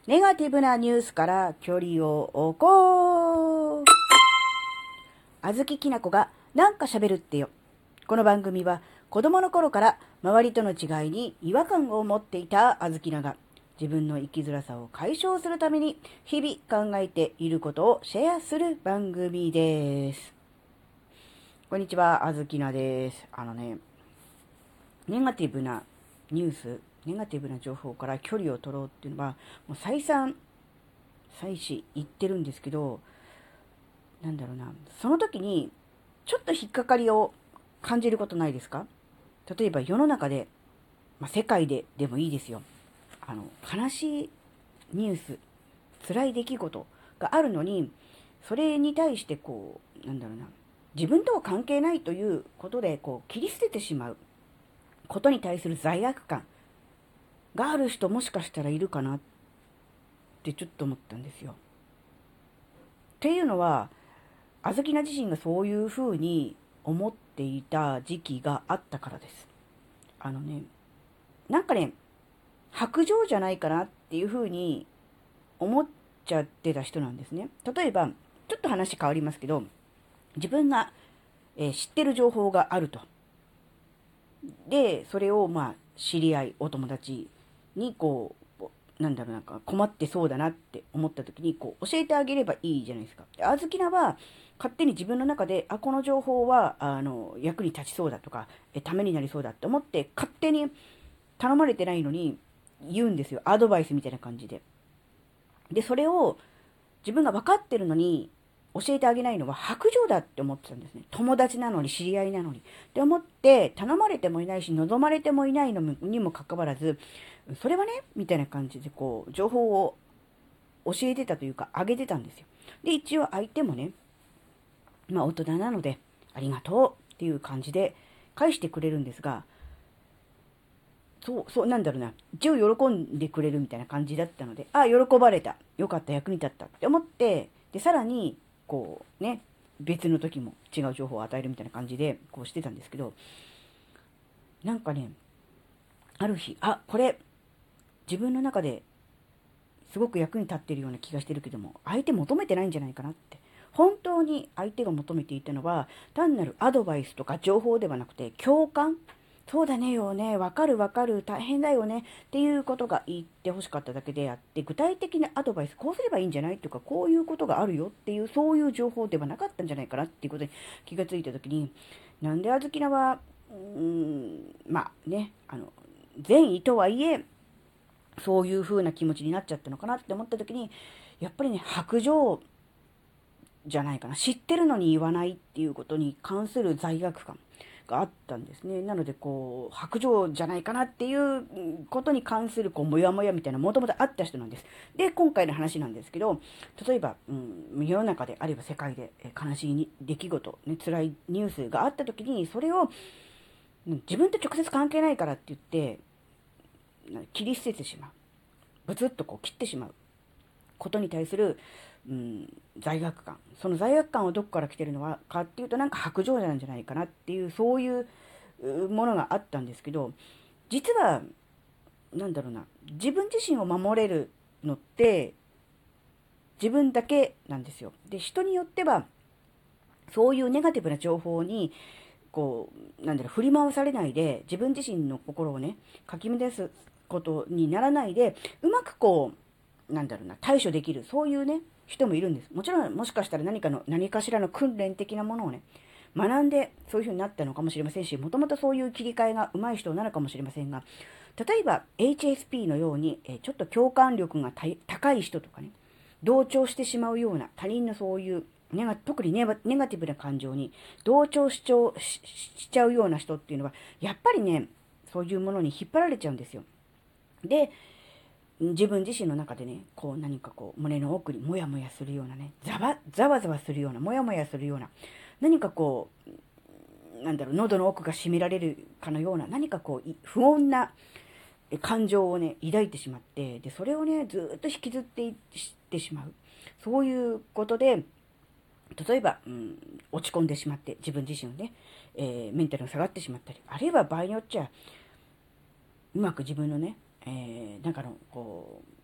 ネガティブなニュースから距離を置こう。あずききなこがなんか喋るってよ。この番組は子供の頃から周りとの違いに違和感を持っていたあずきなが自分の生きづらさを解消するために日々考えていることをシェアする番組です。こんにちは、あずきなです。ネガティブなニュース、ネガティブな情報から距離を取ろうっていうのはもう再三再四言ってるんですけど、その時にちょっと引っかかりを感じることないですか？例えば世の中で、世界ででもいいですよ。悲しいニュース、辛い出来事があるのに、それに対して自分とは関係ないということで切り捨ててしまうことに対する罪悪感がある人、もしかしたらいるかなってちょっと思ったんですよ。っていうのは、あずきな自身がそういうふうに思っていた時期があったからです。白状じゃないかなっていうふうに思っちゃってた人なんですね。例えば、ちょっと話変わりますけど、自分が、知ってる情報があると。で、それを知り合い、お友達に困ってそうだなって思った時に教えてあげればいいじゃないですか。あずきなは勝手に自分の中で、この情報は役に立ちそうだとか、ためになりそうだって思って勝手に頼まれてないのに言うんですよ。アドバイスみたいな感じで。で、それを自分が分かってるのに教えてあげないのは白状だって思ってたんですね。友達なのに、知り合いなのに。って思って、頼まれてもいないし、望まれてもいないのにもかかわらず、それはね、みたいな感じで情報を教えてたというか、あげてたんですよ。で、一応相手もね、大人なので、ありがとうっていう感じで返してくれるんですが、一応喜んでくれるみたいな感じだったので、喜ばれた。よかった、役に立ったって思って、で、さらに、別の時も違う情報を与えるみたいな感じで、してたんですけど、ある日、これ、自分の中ですごく役に立っているような気がしてるけども、相手求めてないんじゃないかなって。本当に相手が求めていたのは、単なるアドバイスとか情報ではなくて、共感。そうだねよね、わかるわかる、大変だよねっていうことが言ってほしかっただけであって、具体的なアドバイス、こうすればいいんじゃないとか、こういうことがあるよっていう、そういう情報ではなかったんじゃないかなっていうことに気がついたときに、なんであずきなは、善意とはいえ、そういう風な気持ちになっちゃったのかなって思ったときに、やっぱりね、白状じゃないかな。知ってるのに言わないっていうことに関する罪悪感があったんですね。なので、白状じゃないかなっていうことに関する、モヤモヤみたいな、もともとあった人なんです。で、今回の話なんですけど、例えば、世の中で、あるいは世界で悲しい出来事、ね、辛いニュースがあった時に、それを、自分と直接関係ないからって言って、切り捨ててしまう。ブツッと切ってしまうことに対する、罪悪感。その罪悪感はどこから来てるのかっていうと、白状なんじゃないかなっていう、そういうものがあったんですけど、実は、自分自身を守れるのって、自分だけなんですよ。で、人によっては、そういうネガティブな情報に、振り回されないで、自分自身の心をね、かき乱すことにならないで、うまく対処できる、そういうね、人もいるんです。もちろん、もしかしたら何かしらの訓練的なものをね、学んでそういう風になったのかもしれませんし、もともとそういう切り替えが上手い人なのかもしれませんが、例えば HSP のように、ちょっと共感力が高い人とかね、同調してしまうような他人のそういう特にネガティブな感情に同調しちゃうような人っていうのは、やっぱりね、そういうものに引っ張られちゃうんですよ。で、自分自身の中でね、胸の奥にもやもやするようなね、ざわざわするような、もやもやするような、喉の奥が締められるかのような、不穏な感情をね、抱いてしまって、で、それをね、ずっと引きずっていってしまう。そういうことで、例えば、落ち込んでしまって、自分自身をね、メンタルが下がってしまったり、あるいは場合によっちゃ、うまく自分のね、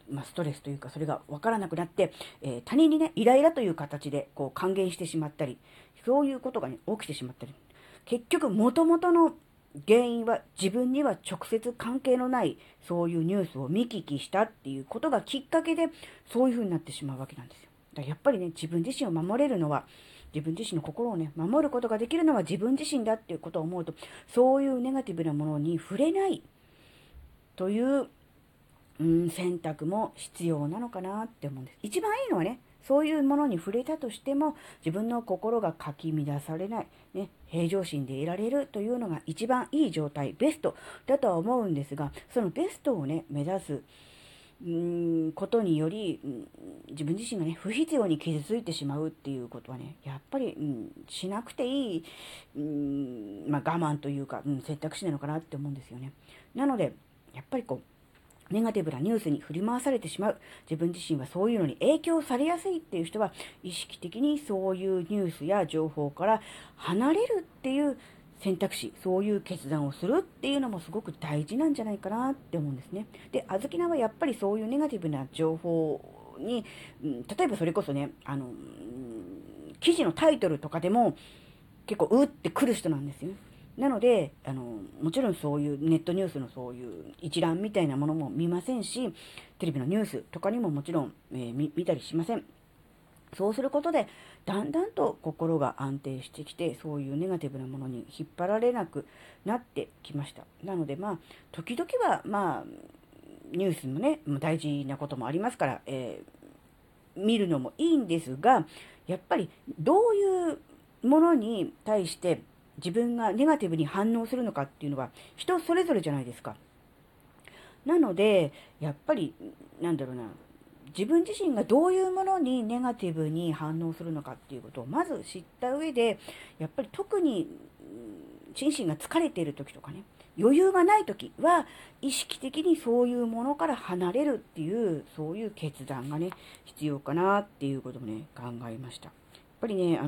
ストレスというか、それが分からなくなって、他人にね、イライラという形でこう還元してしまったり、そういうことがね、起きてしまったり、結局元々の原因は自分には直接関係のないそういうニュースを見聞きしたっていうことがきっかけで、そういう風になってしまうわけなんですよ。だからやっぱりね、自分自身を守れるのは、自分自身の心をね、守ることができるのは自分自身だっていうことを思うと、そういうネガティブなものに触れないという選択も必要なのかなって思うんです。一番いいのはね、そういうものに触れたとしても、自分の心がかき乱されない、ね、平常心でいられるというのが一番いい状態、ベストだとは思うんですが、そのベストをね、目指すことにより、自分自身がね、不必要に傷ついてしまうっていうことはね、やっぱり、しなくていい、我慢というか、選択肢なのかなって思うんですよね。なので、やっぱりこう、ネガティブなニュースに振り回されてしまう。自分自身はそういうのに影響されやすいっていう人は、意識的にそういうニュースや情報から離れるっていう選択肢、そういう決断をするっていうのもすごく大事なんじゃないかなって思うんですね。で、あずきなはやっぱりそういうネガティブな情報に、例えばそれこそね、記事のタイトルとかでも結構うってくる人なんですよね。なので、もちろんそういうネットニュースのそういう一覧みたいなものも見ませんし、テレビのニュースとかにももちろん、見たりしません。そうすることで、だんだんと心が安定してきて、そういうネガティブなものに引っ張られなくなってきました。なので、時々は、ニュースもね、大事なこともありますから、見るのもいいんですが、やっぱりどういうものに対して自分がネガティブに反応するのかっていうのは人それぞれじゃないですか。なので、やっぱり、自分自身がどういうものにネガティブに反応するのかっていうことをまず知った上で、やっぱり特に心身が疲れている時とかね、余裕がない時は意識的にそういうものから離れるっていう、そういう決断がね、必要かなっていうこともね、考えました。やっぱりね、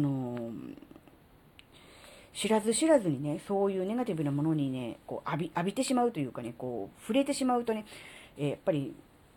知らず知らずにね、そういうネガティブなものにね、こう浴びてしまうというかね、こう触れてしまうとね、やっぱり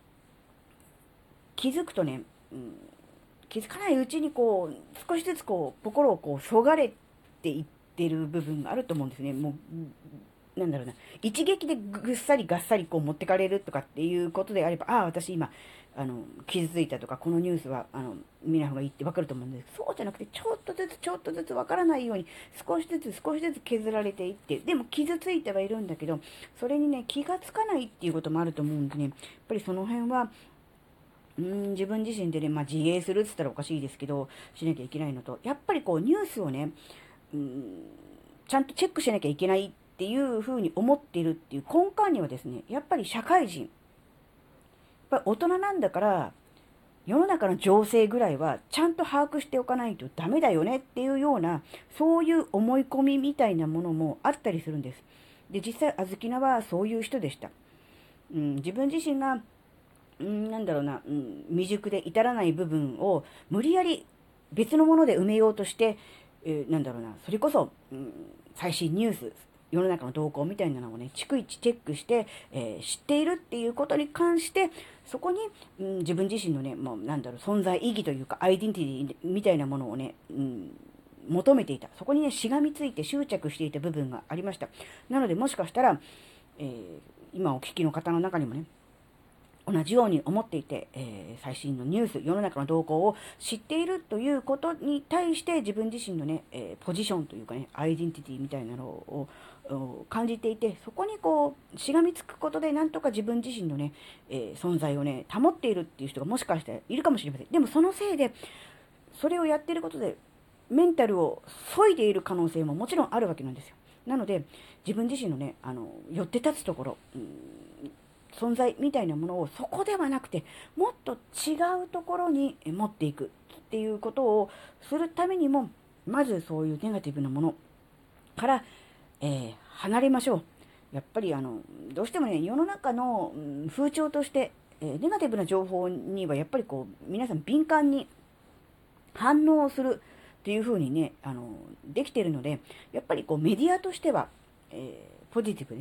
気づくとね、気づかないうちにこう、少しずつこう、心をこう、そがれていってる部分があると思うんですね。もう、一撃でぐっさりがっさりこう持ってかれるとかっていうことであれば、私今、傷ついたとか、このニュースは、見ない方がいいってわかると思うんですけど、そうじゃなくて、ちょっとずつちょっとずつわからないように、少しずつ少しずつ削られていって、でも傷ついてはいるんだけど、それにね、気がつかないっていうこともあると思うんでね、やっぱりその辺は、自分自身でね、自衛するって言ったらおかしいですけど、しなきゃいけないのと、やっぱりこう、ニュースをね、ちゃんとチェックしなきゃいけないっていうふうに思っているっていう根幹にはですね、やっぱり社会人、やっぱり大人なんだから、世の中の情勢ぐらいはちゃんと把握しておかないとダメだよねっていうような、そういう思い込みみたいなものもあったりするんです。で、実際、あずきなはそういう人でした。自分自身が未熟で至らない部分を無理やり別のもので埋めようとして、それこそ、最新ニュース、世の中の動向みたいなのをね、逐一チェックして、知っているっていうことに関して、そこに、自分自身のね、存在意義というか、アイデンティティみたいなものをね、求めていた。そこにね、しがみついて執着していた部分がありました。なので、もしかしたら、今お聞きの方の中にもね、同じように思っていて、最新のニュース、世の中の動向を知っているということに対して自分自身のね、ポジションというかね、アイデンティティみたいなのを感じていて、そこにこう、しがみつくことでなんとか自分自身のね、存在をね、保っているっていう人がもしかしたらいるかもしれません。でもそのせいで、それをやっていることで、メンタルを削いでいる可能性ももちろんあるわけなんですよ。なので、自分自身のね、寄って立つところ、存在みたいなものをそこではなくて、もっと違うところに持っていくっていうことをするためにも、まずそういうネガティブなものから、離れましょう。やっぱりどうしてもね、世の中の、風潮として、ネガティブな情報にはやっぱりこう、皆さん敏感に反応するっていう風にね、できているので、やっぱりこうメディアとしては、ポジティブでね、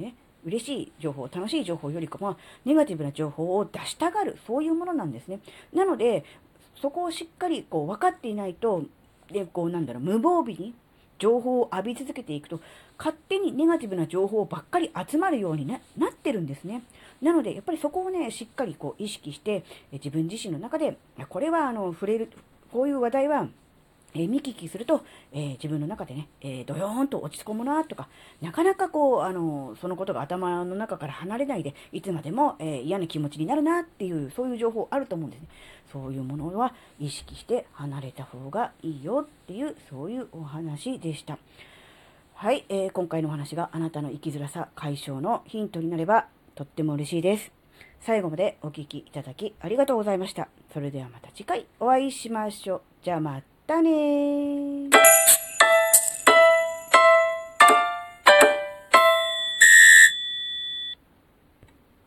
嬉しい情報、楽しい情報よりかは、ネガティブな情報を出したがる、そういうものなんですね。なので、そこをしっかりこう分かっていないと、で、無防備に情報を浴び続けていくと、勝手にネガティブな情報ばっかり集まるようになってるんですね。なので、やっぱりそこをね、しっかりこう意識して、自分自身の中で、これは触れる、こういう話題は、見聞きすると、自分の中でね、ドヨーンと落ち込むなとか、なかなかこう、そのことが頭の中から離れないで、いつまでも、嫌な気持ちになるなっていう、そういう情報あると思うんですね。そういうものは意識して離れた方がいいよっていう、そういうお話でした。はい、今回のお話があなたの生きづらさ解消のヒントになればとっても嬉しいです。最後までお聞きいただきありがとうございました。それではまた次回お会いしましょう。じゃあまたねー。